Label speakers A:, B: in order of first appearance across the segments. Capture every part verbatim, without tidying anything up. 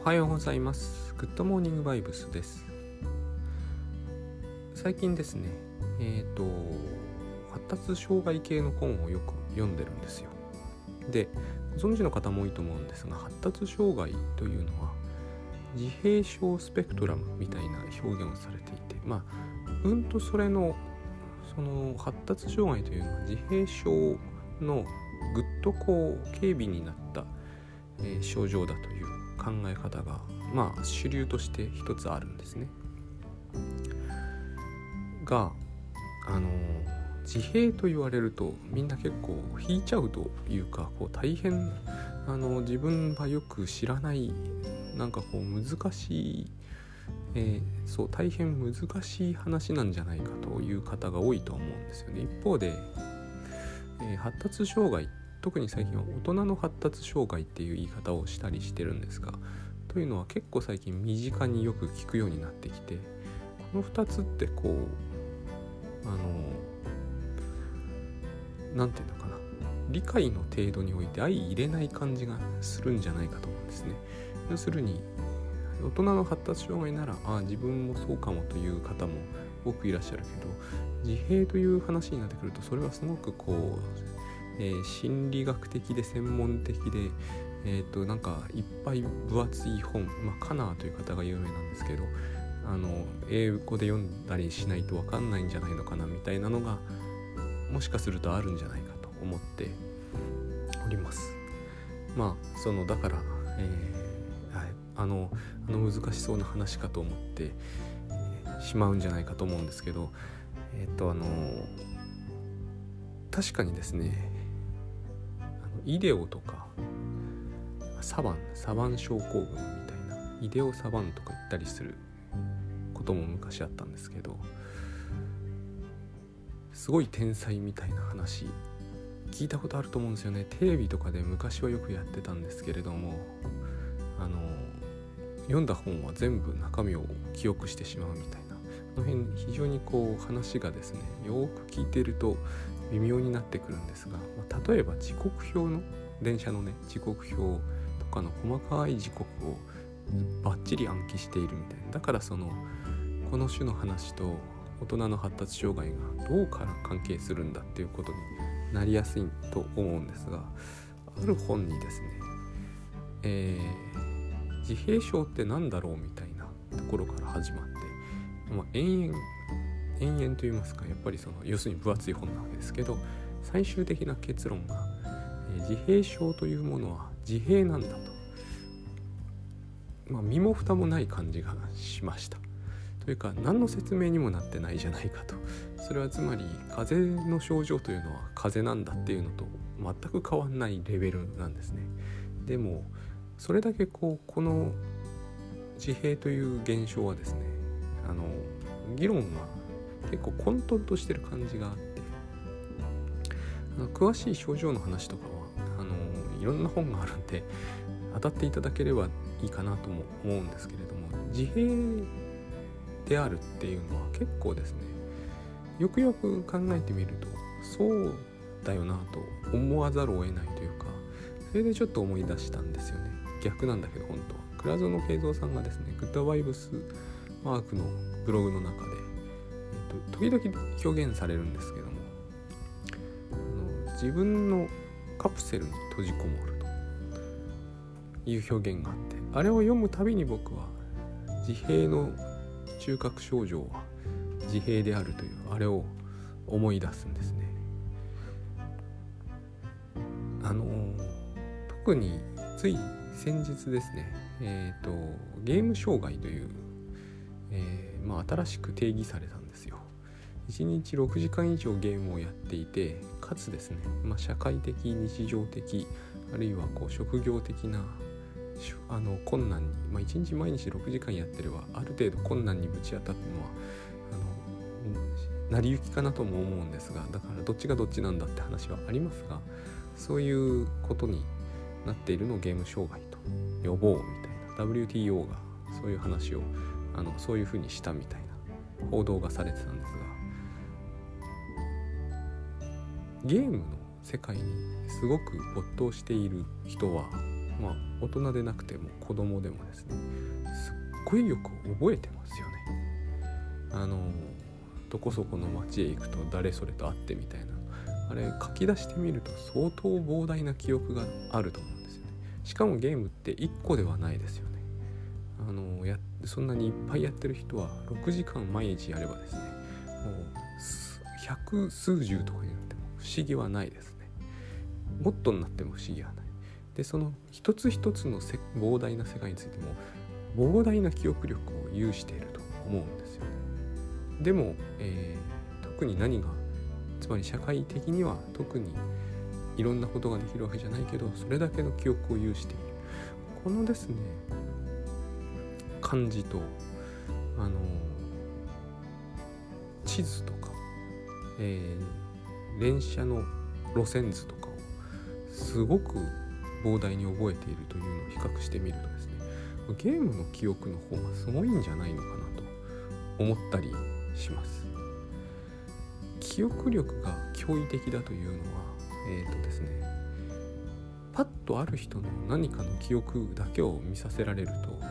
A: おはようございます。グッドモーニングバイブスです。最近ですね、えっと発達障害系の本をよく読んでるんですよ。で、ご存知の方も多いと思うんですが、発達障害というのは自閉症スペクトラムみたいな表現をされていて、まあうんとそれのその発達障害というのは自閉症のぐっとこう軽微になった、えー、症状だという考え方がまあ主流として一つあるんですね。があの自閉と言われるとみんな結構引いちゃうというか、こう大変あの自分はよく知らないなんかこう難しい、えー、そう大変難しい話なんじゃないかという方が多いと思うんですよね。一方で、えー、発達障害、特に最近は大人の発達障害っていう言い方をしたりしてるんですが、というのは結構最近身近によく聞くようになってきて、このふたつってこうあのなんていうのかな、理解の程度において相入れない感じがするんじゃないかと思うんですね。要するに大人の発達障害ならあ自分もそうかもという方も多くいらっしゃるけど、自閉という話になってくるとそれはすごくこう、えー、心理学的で専門的で、えー、となんかいっぱい分厚い本、まあ、カナーという方が有名なんですけど、あの英語で読んだりしないと分かんないんじゃないのかなみたいなのがもしかするとあるんじゃないかと思っております。まあそのだから、えーはい、あのあの難しそうな話かと思って、えー、しまうんじゃないかと思うんですけど、えっとあの確かにですね、あのイデオとかサバンサバン症候群みたいなイデオサバンとか言ったりすることも昔あったんですけど、すごい天才みたいな話聞いたことあると思うんですよね。テレビとかで昔はよくやってたんですけれども、あの読んだ本は全部中身を記憶してしまうみたいな、この辺非常にこう話がですねよく聞いていると微妙になってくるんですが、まあ、例えば時刻表の電車のね時刻表とかの細かい時刻をバッチリ暗記しているみたいな、だからそのこの種の話と大人の発達障害がどうから関係するんだっていうことになりやすいと思うんですが、ある本にですね、えー、自閉症ってなんだろうみたいなところから始まって、まあ、延々延々と言いますか、やっぱりその要するに分厚い本なわけですけど、最終的な結論が、えー、自閉症というものは自閉なんだと、まあ、身も蓋もない感じがしました。というか何の説明にもなってないじゃないかと。それはつまり風邪の症状というのは風邪なんだっていうのと全く変わんないレベルなんですね。でもそれだけこうこの自閉という現象はですね、あの議論が結構混沌としてる感じがあって、あの詳しい症状の話とかはあのいろんな本があるんで当たっていただければいいかなとも思うんですけれども、自閉であるっていうのは結構ですね、よくよく考えてみるとそうだよなと思わざるを得ないというか、それでちょっと思い出したんですよね。逆なんだけど本当は倉園慶三さんがですね、グッドバイブスマークのブログの中で、えっと、時々表現されるんですけども、あの自分のカプセルに閉じこもるという表現があって、あれを読むたびに僕は自閉の中核症状は自閉であるというあれを思い出すんですね。あの特につい先日ですね、えーと、ゲーム障害という、えーまあ、新しく定義されたんですよ。いちにちろくじかん以上ゲームをやっていて、かつですね、まあ、社会的日常的あるいはこう職業的なあの困難に、まあ、いちにち毎日ろくじかんやってればある程度困難にぶち当たったのはあの成り行きかなとも思うんですが、だからどっちがどっちなんだって話はありますが、そういうことになっているのをゲーム障害と呼ぼうみたいな ダブリューティーオー がそういう話をあのそういうふうにしたみたいな報道がされてたんですが、ゲームの世界にすごく没頭している人はまあ大人でなくても子供でもですね、すっごいよく覚えてますよね。あのどこそこの町へ行くと誰それと会ってみたいな、あれ書き出してみると相当膨大な記憶があると思うんですよね。しかもゲームっていっこではないですよね。あのやそんなにいっぱいやってる人はろくじかん毎日やればですね、もう百数十とかになっても不思議はないですね。もっとになっても不思議はない。でその一つ一つのせ膨大な世界についても膨大な記憶力を有していると思うんですよね。でも、えー、特に何がつまり社会的には特にいろんなことができるわけじゃないけど、それだけの記憶を有しているこのですね感じと、あの地図とか、えー、電車の路線図とかをすごく膨大に覚えているというのを比較してみるとですね、ゲームの記憶の方がすごいんじゃないのかなと思ったりします。記憶力が驚異的だというのは、えーとですね、パッとある人の何かの記憶だけを見させられる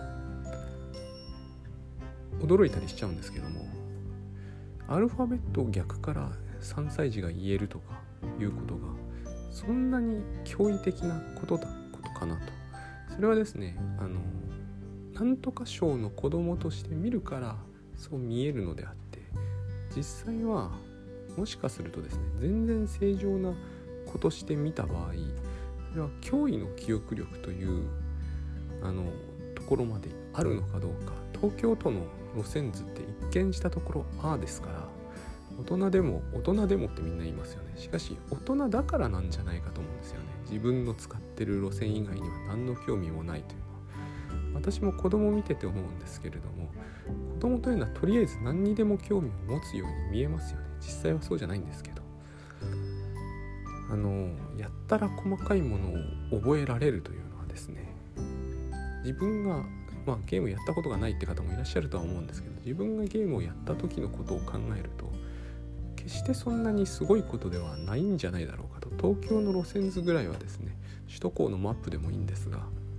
A: と驚いたりしちゃうんですけども、アルファベットを逆からさんさい児が言えるとかいうことがそんなに驚異的なことだことかなと。それはですね、あのなんとか賞の子供として見るからそう見えるのであって、実際はもしかするとですね、全然正常な子として見た場合、それは驚異の記憶力というあのところまであるのかどうか。東京都の路線図って一見したところああですから、大人でも大人でもってみんな言いますよね。しかし大人だからなんじゃないかと思うんですよね。自分の使ってる路線以外には何の興味もないというのは、私も子供を見てて思うんですけれども、子供というのはとりあえず何にでも興味を持つように見えますよね。実際はそうじゃないんですけど、あのやったら細かいものを覚えられるというのはですね、自分がまあゲームやったことがないって方もいらっしゃるとは思うんですけど、自分がゲームをやった時のことを考えると決してそんなにすごいことではないんじゃないだろうかと。東京の路線図ぐらいはですね、首都高のマップでもいいんですが、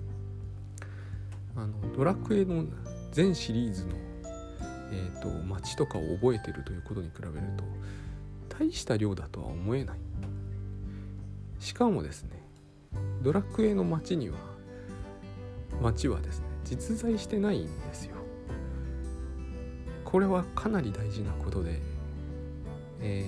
A: あのドラクエの全シリーズの、えーと、街とかを覚えているということに比べると大した量だとは思えない。しかもですね、ドラクエの街には街はですね実在してないんですよ。これはかなり大事なことで、え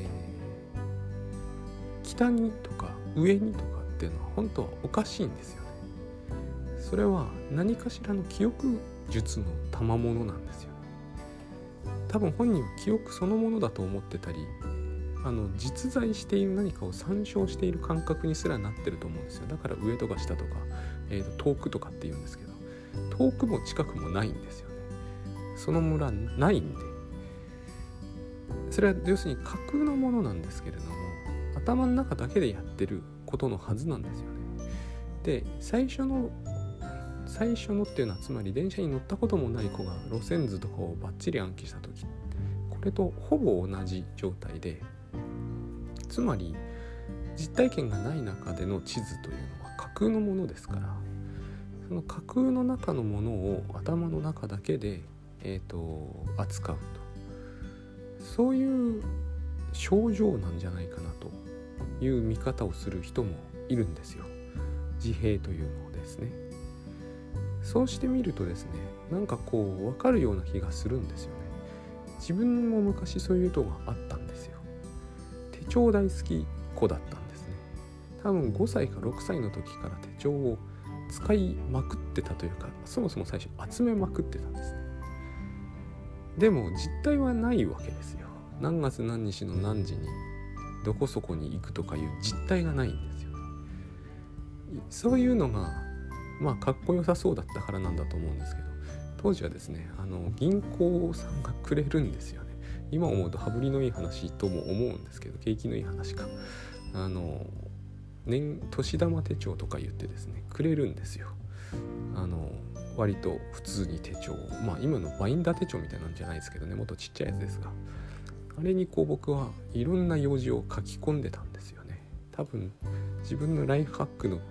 A: ー、北にとか上にとかっていうのは本当はおかしいんですよね。それは何かしらの記憶術の賜物なんですよね。多分本人は記憶そのものだと思ってたり、あの実在している何かを参照している感覚にすらなってると思うんですよ。だから上とか下とか、えーと、遠くとかって言うんですけど、遠くも近くもないんですよね。その村ないんで、それは要するに架空のものなんですけれども、頭の中だけでやってることのはずなんですよね。で、最初の最初のっていうのはつまり電車に乗ったこともない子が路線図とかをバッチリ暗記した時、これとほぼ同じ状態で、つまり実体験がない中での地図というのは架空のものですから、その架空の中のものを頭の中だけで、えーと、扱うと、そういう症状なんじゃないかなという見方をする人もいるんですよ。自閉というのをですね。そうしてみるとですね、なんかこう分かるような気がするんですよね。自分も昔そういうことがあったんですよ。手帳大好き子だったんですね。多分ごさいかろくさいの時から手帳を使いまくってたというか、そもそも最初集めまくってたんですね。でも実態はないわけですよ。何月何日の何時にどこそこに行くとかいう実態がないんですよ。そういうのがまあかっこよさそうだったからなんだと思うんですけど、当時はですね、あの銀行さんがくれるんですよね。今思うと羽振りのいい話とも思うんですけど、景気のいい話か、あの年年玉手帳とか言ってですねくれるんですよ。あの割と普通に手帳、まあ今のバインダー手帳みたいなんじゃないですけどね、もっとちっちゃいやつですが、あれにこう僕はいろんな用事を書き込んでたんですよね。多分自分のライフハックの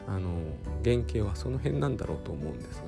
A: あの原型はその辺なんだろうと思うんです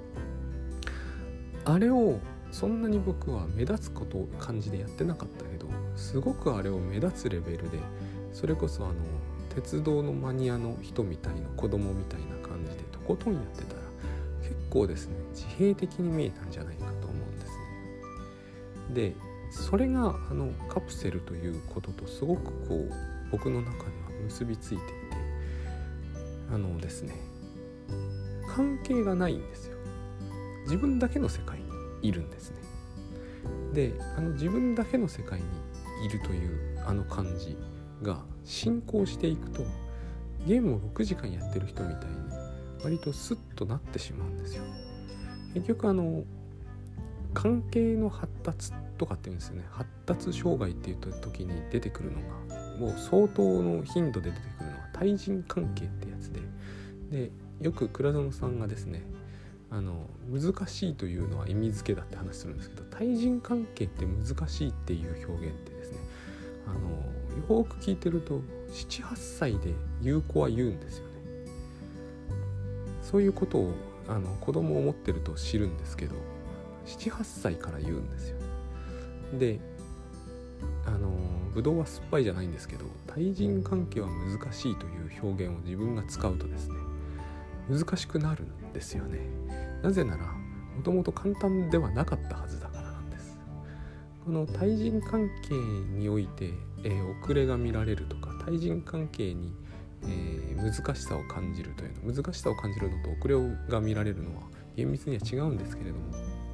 A: が、あれをそんなに僕は目立つことを感じでやってなかったけど、すごくあれを目立つレベルで、それこそあの鉄道のマニアの人みたいな子供みたいな感じでとことんやってたら、結構ですね自閉的に見えたんじゃないかと思うんですね。でそれがあのカプセルということとすごくこう僕の中では結びついていて、あのですね関係がないんですよ。自分だけの世界にいるんですね。であの自分だけの世界にいるというあの感じが進行していくと、ゲームをろくじかんやってる人みたいに割とスッとなってしまうんですよ。結局あの関係の発達とかっていうんですよね。発達障害っていう時に出てくるのが、もう相当の頻度で出てくるのは対人関係ってやつで、でよく倉園さんがですね、あの難しいというのは意味付けだって話するんですけど、対人関係って難しいっていう表現ってですね、あのよく聞いてるとななはっさいで言う子は言うんですよね。そういうことをあの子供を持ってると知るんですけど、ななはっさいから言うんですよ。であのぶどうは酸っぱいじゃないんですけど、対人関係は難しいという表現を自分が使うとですね、難しくなるんですよね。なぜならもともと簡単ではなかったはずだからなんです。この対人関係において、えー、遅れが見られるとか、対人関係に、えー、難しさを感じるというの、難しさを感じるのと遅れが見られるのは厳密には違うんですけれども、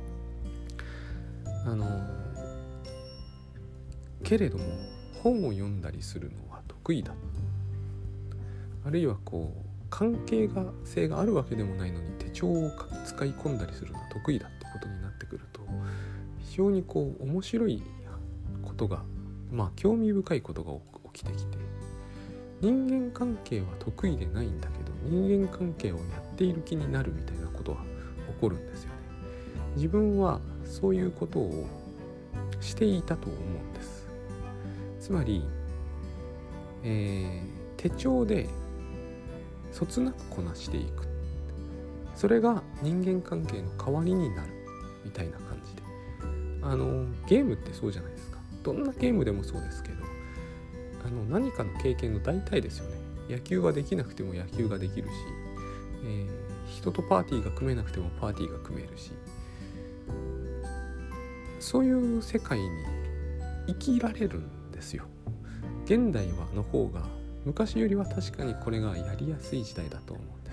A: あのけれども本を読んだりするのは得意だ、あるいはこう関係が性があるわけでもないのに手帳を使い込んだりするのは得意だってことになってくると、非常にこう面白いことが、まあ興味深いことが起きてきて、人間関係は得意でないんだけど人間関係をやっている気になるみたいなことは起こるんですよね。自分はそういうことをしていたと思うんです。つまり、えー、手帳でそつなくこなしていく、それが人間関係の代わりになるみたいな感じで、あのゲームってそうじゃないですか。どんなゲームでもそうですけど、あの何かの経験の代替ですよね。野球ができなくても野球ができるし、えー、人とパーティーが組めなくてもパーティーが組めるし、そういう世界に生きられるんですよ。現代はの方が昔よりは確かにこれがやりやすい時代だと思うんです。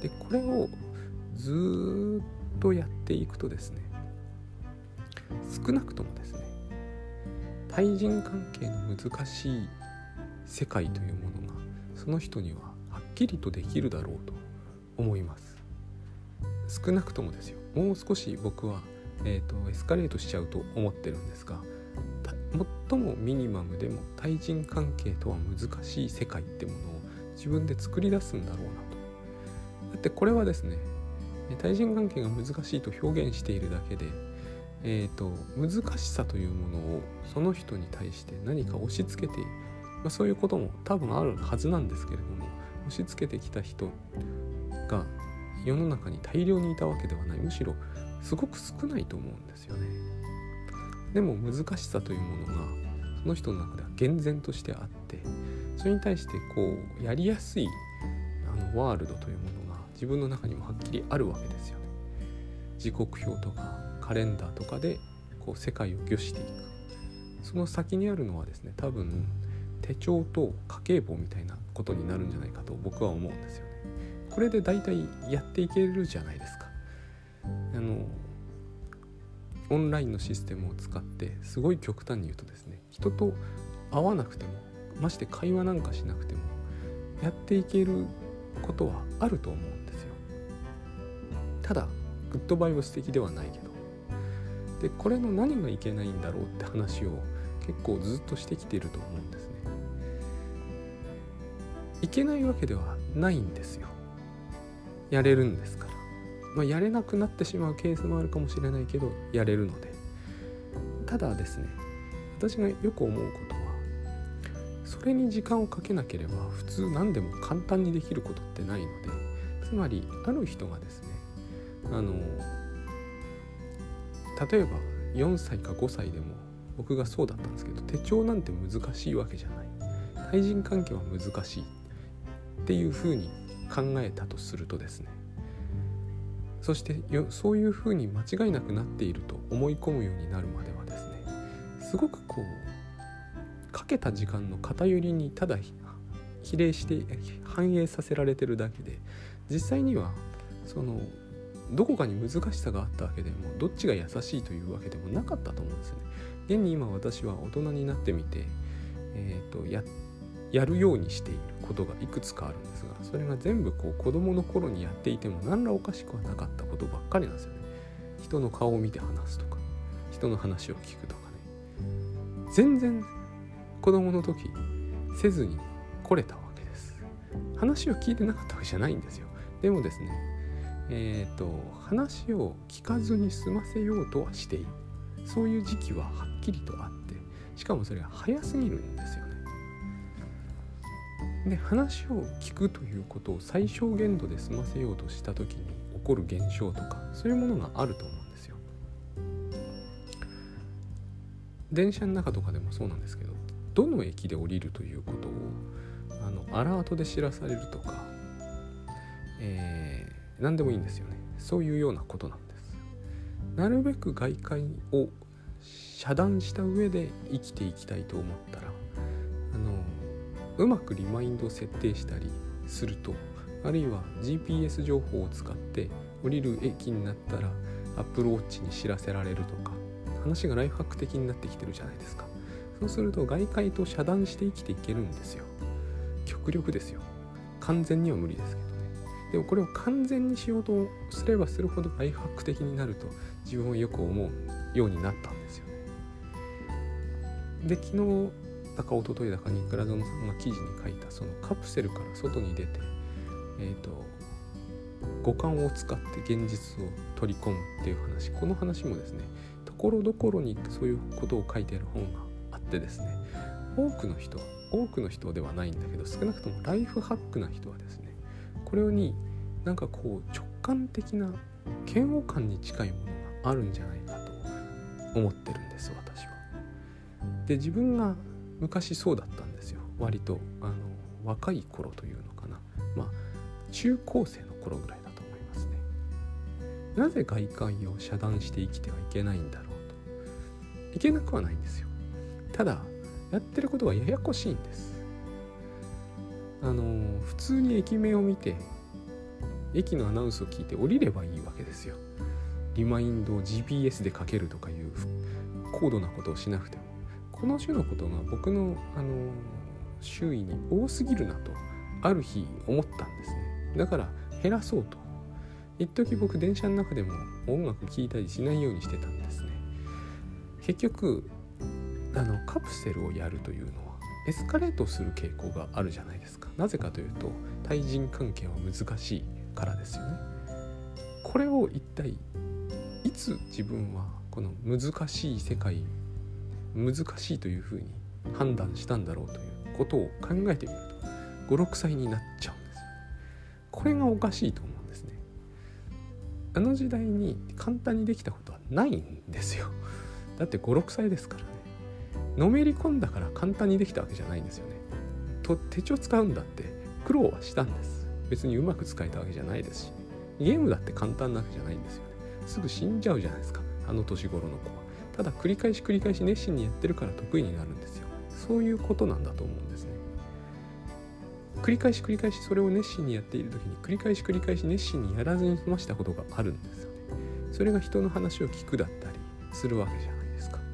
A: で、これをずっとやっていくとですね、少なくともですね、対人関係の難しい世界というものがその人にははっきりとできるだろうと思います。少なくともですよ。もう少し僕は、えーと、エスカレートしちゃうと思ってるんですが、最もミニマムでも対人関係とは難しい世界ってものを自分で作り出すんだろうなと。だってこれはですね、対人関係が難しいと表現しているだけで、えーと、難しさというものをその人に対して何か押し付けて、まあ、そういうことも多分あるはずなんですけれども、押し付けてきた人が世の中に大量にいたわけではない。むしろすごく少ないと思うんですよね。でも難しさというものがその人の中では厳然としてあって、それに対してこうやりやすいあのワールドというものが自分の中にもはっきりあるわけですよね。時刻表とかカレンダーとかでこう世界を御していく。その先にあるのはですね、多分手帳と家計簿みたいなことになるんじゃないかと僕は思うんですよね。これで大体やっていけるじゃないですか。あのオンラインのシステムを使ってすごい極端に言うとですね、人と会わなくても、まして会話なんかしなくてもやっていけることはあると思うんですよ。ただグッドバイは素敵ではないけど、でこれの何がいけないんだろうって話を結構ずっとしてきていると思うんですね。いけないわけではないんですよ。やれるんですから。まあ、やれなくなってしまうケースもあるかもしれないけどやれるので、ただですね、私がよく思うことは、それに時間をかけなければ普通何でも簡単にできることってないので、つまりある人がですね、あの例えばよんさいかごさいでも僕がそうだったんですけど、手帳なんて難しいわけじゃない、対人関係は難しいっていうふうに考えたとするとですね、そしてそういうふうに間違いなくなっていると思い込むようになるまではですね、すごくこうかけた時間の偏りにただ比例して反映させられてるだけで、実際にはそのどこかに難しさがあったわけでも、どっちが優しいというわけでもなかったと思うんですよね。現に今私は大人になってみて、えーと、ややるようにしていることがいくつかあるんですが、それが全部こう子供の頃にやっていても何らおかしくはなかったことばっかりなんですよね。人の顔を見て話すとか、人の話を聞くとかね、全然子供の時せずに来れたわけです。話を聞いてなかったわけじゃないんですよ。でもですね、えーと、話を聞かずに済ませようとはしている。そういう時期ははっきりとあって、しかもそれが早すぎるんですよね。で、話を聞くということを最小限度で済ませようとした時に起こる現象とか、そういうものがあると思うんですよ。電車の中とかでもそうなんですけど、どの駅で降りるということをあのアラートで知らされるとか、えー、何でもいいんですよね。そういうようなことなんです。なるべく外界を遮断した上で生きていきたいと思ったら、あのうまくリマインドを設定したりすると、あるいは ジーピーエス 情報を使って降りる駅になったら Apple Watch に知らせられるとか、話がライフハック的になってきてるじゃないですか。そうすると外界と遮断して生きていけるんですよ。極力ですよ。完全には無理ですけどね。でもこれを完全にしようとすればするほどライフハック的になると自分はよく思うようになったんですよね。で、昨日だか一昨日だかに倉園さんが記事に書いた、そのカプセルから外に出て、えーと、五感を使って現実を取り込むっていう話、この話もですね、ところどころにそういうことを書いてある本があってですね、多くの人多くの人ではないんだけど、少なくともライフハックな人はですね、これになんかこう直感的な嫌悪感に近いものがあるんじゃないかと思ってるんです、私は。で、自分が昔そうだったんですよ。割とあの若い頃というのかな、まあ中高生の頃ぐらいだと思いますね。なぜ外界を遮断して生きてはいけないんだろうと。いけなくはないんですよ。ただやってることはややこしいんです。あの普通に駅名を見て駅のアナウンスを聞いて降りればいいわけですよ。リマインドを ジーピーエス でかけるとかいう高度なことをしなくても、この種のことが僕の、あの周囲に多すぎるなとある日思ったんですね。だから減らそうと。一時僕電車の中でも音楽聴いたりしないようにしてたんですね。結局あのカプセルをやるというのはエスカレートする傾向があるじゃないですか。なぜかというと対人関係は難しいからですよね。これを一体いつ自分はこの難しい世界、難しいというふうに判断したんだろうということを考えてみるとご、ろくさいになっちゃうんですよ。これがおかしいと思うんですね。あの時代に簡単にできたことはないんですよ。だってご、ろくさいですからね。のめり込んだから簡単にできたわけじゃないんですよね。と手帳使うんだって苦労はしたんです。別にうまく使えたわけじゃないですし、ゲームだって簡単なわけじゃないんですよね。すぐ死んじゃうじゃないですか、あの年頃の子は。ただ繰り返し繰り返し熱心にやってるから得意になるんですよ。そういうことなんだと思うんですね。繰り返し繰り返しそれを熱心にやっている時に繰り返し繰り返し熱心にやらずに済ましたことがあるんですよね。それが人の話を聞くだったりするわけじゃないですか。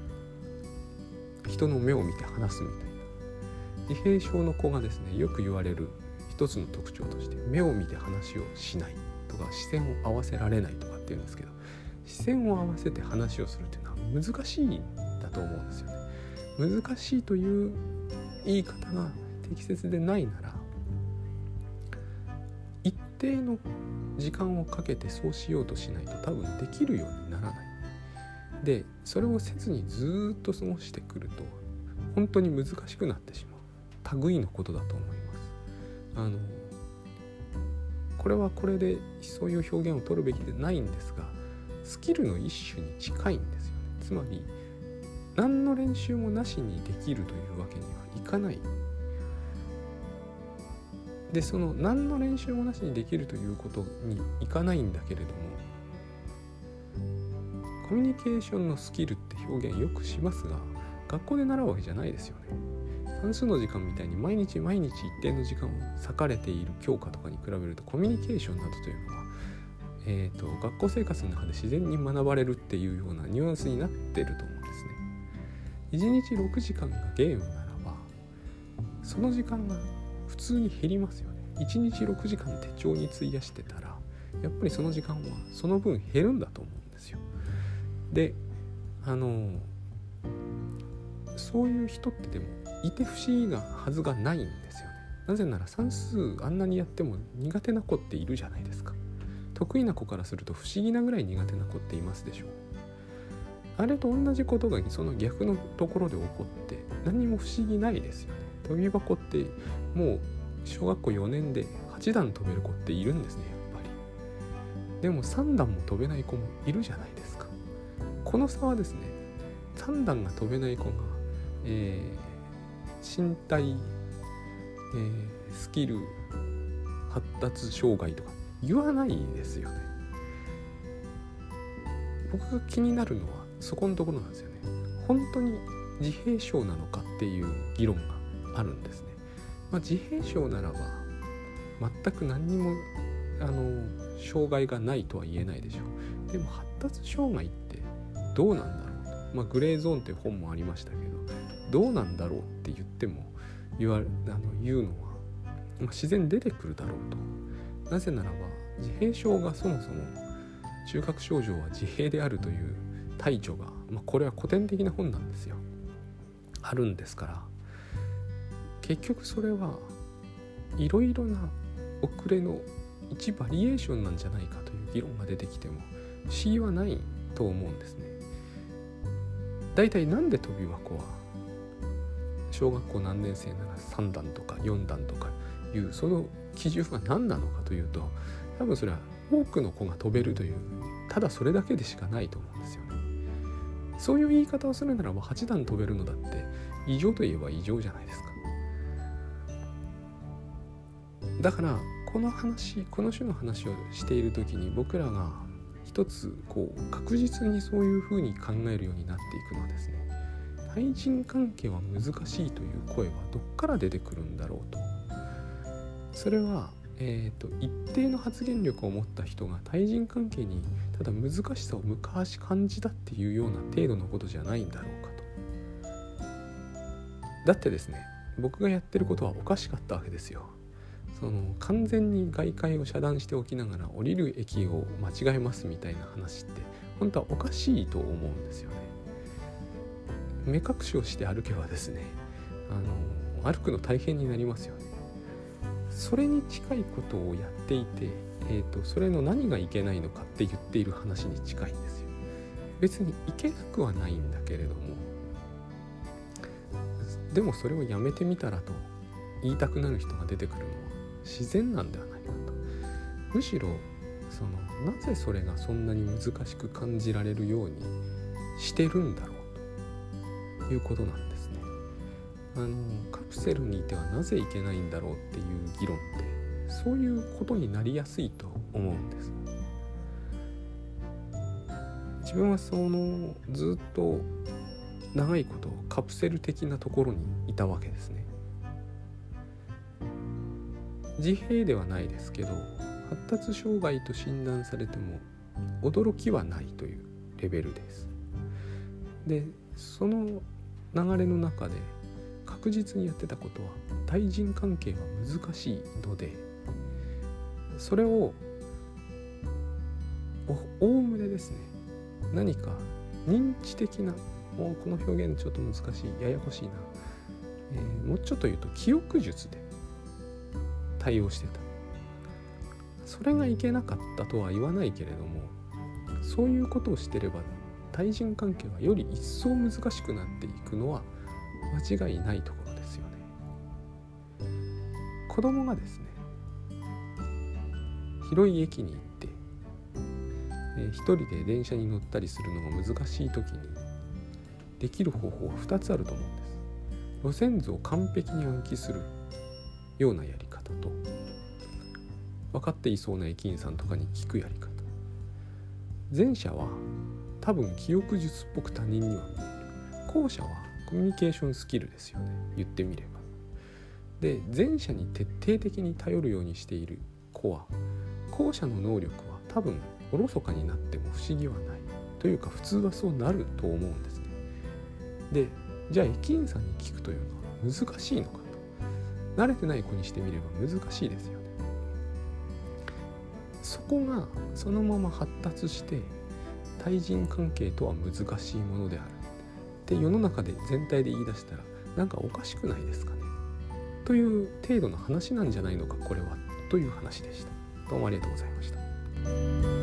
A: 人の目を見て話すみたいな。自閉症の子がですね、よく言われる一つの特徴として、目を見て話をしないとか視線を合わせられないとかっていうんですけど、視線を合わせて話をするっていうのは難しいんだと思うんですよね。難しいという言い方が適切でないなら、一定の時間をかけてそうしようとしないと多分できるようにならない。で、それをせずにずっと過ごしてくると本当に難しくなってしまう。 類のことだと思います。あのこれはこれでそういう表現を取るべきでないんですが、スキルの一種に近いんですよね。つまり何の練習もなしにできるというわけにはいかない。でその何の練習もなしにできるということにいかないんだけれども、コミュニケーションのスキルって表現よくしますが、学校で習うわけじゃないですよね。算数の時間みたいに毎日毎日一定の時間を割かれている教科とかに比べると、コミュニケーションなどというのは、えーと、学校生活の中で自然に学ばれるっていうようなニュアンスになってると思うんですね。いちにちろくじかんがゲームならば、その時間が普通に減りますよね。いちにちろくじかん手帳に費やしてたら、やっぱりその時間はその分減るんだと思うんですよ。で、あのそういう人ってでもいて不思議なはずがないんですよね。なぜなら算数あんなにやっても苦手な子っているじゃないですか。得意な子からすると不思議なぐらい苦手な子っていますでしょう。あれと同じことがその逆のところで起こって何も不思議ないですよね。跳び箱ってもう小学校よねんではちだん飛べる子っているんですね、やっぱり。でもさんだんも飛べない子もいるじゃないですか。この差はですね、さんだんが飛べない子が、えー、身体、えー、スキル発達障害とか言わないですよね。僕が気になるのはそこのところなんですよね。本当に自閉症なのかっていう議論があるんですね。まあ、自閉症ならば全く何にもあの障害がないとは言えないでしょう。でも発達障害ってどうなんだろうと、まあ、グレーゾーンという本もありましたけど、どうなんだろうって言っても言わあの言うのは、まあ、自然に出てくるだろうと。なぜならば自閉症がそもそも中核症状は自閉であるという大著が、まあ、これは古典的な本なんですよ、あるんですから、結局それはいろいろな遅れの一バリエーションなんじゃないかという議論が出てきても不思議はないと思うんですね。だいたいなんで跳び箱は小学校何年生ならさんだんとかよんだんとかいうその基準は何なのかというと、多分それは多くの子が飛べるというただそれだけでしかないと思うんですよね。そういう言い方をするならばはちだん飛べるのだって異常といえば異常じゃないですか。だからこの話この種の話をしている時に僕らが一つこう確実にそういうふうに考えるようになっていくのはですね、対人関係は難しいという声はどっから出てくるんだろうと。それは、えーと、一定の発言力を持った人が対人関係にただ難しさを昔感じたっていうような程度のことじゃないんだろうかと。だってですね、僕がやってることはおかしかったわけですよ。その完全に外界を遮断しておきながら降りる駅を間違えますみたいな話って本当はおかしいと思うんですよね。目隠しをして歩けばですね、あの歩くの大変になりますよね。それに近いことをやっていて、えーと、それの何がいけないのかって言っている話に近いんですよ。別にいけなくはないんだけれども、でもそれをやめてみたらと言いたくなる人が出てくるのは自然なんではないかと。むしろそのなぜそれがそんなに難しく感じられるようにしてるんだろうということなんですね。あのカプセルにいてはなぜいけないんだろうっていう議論ってそういうことになりやすいと思うんです。自分はそのずっと長いことカプセル的なところにいたわけですね。自閉ではないですけど発達障害と診断されても驚きはないというレベルです。でその流れの中で確実にやってたことは対人関係は難しいので、それをおおむねですね、何か認知的な、もうこの表現ちょっと難しい、ややこしいな、えー、もうちょっと言うと記憶術で対応してた。それがいけなかったとは言わないけれども、そういうことをしてれば対人関係はより一層難しくなっていくのは間違いないところですよね。 子供がですね広い駅に行って、えー、一人で電車に乗ったりするのが難しい時にできる方法はふたつあると思うんです。路線図を完璧に暗記するようなやり方と、分かっていそうな駅員さんとかに聞くやり方。前者は多分記憶術っぽく他人には見える。後者はコミュニケーションスキルですよね、言ってみれば。で、前者に徹底的に頼るようにしている子は、後者の能力は多分おろそかになっても不思議はないというか、普通はそうなると思うんですね。で、じゃあ駅員さんに聞くというのは難しいのかと、慣れてない子にしてみれば難しいですよね。そこがそのまま発達して対人関係とは難しいものであるって世の中で全体で言い出したらなんかおかしくないですかねという程度の話なんじゃないのかこれはという話でした。どうもありがとうございました。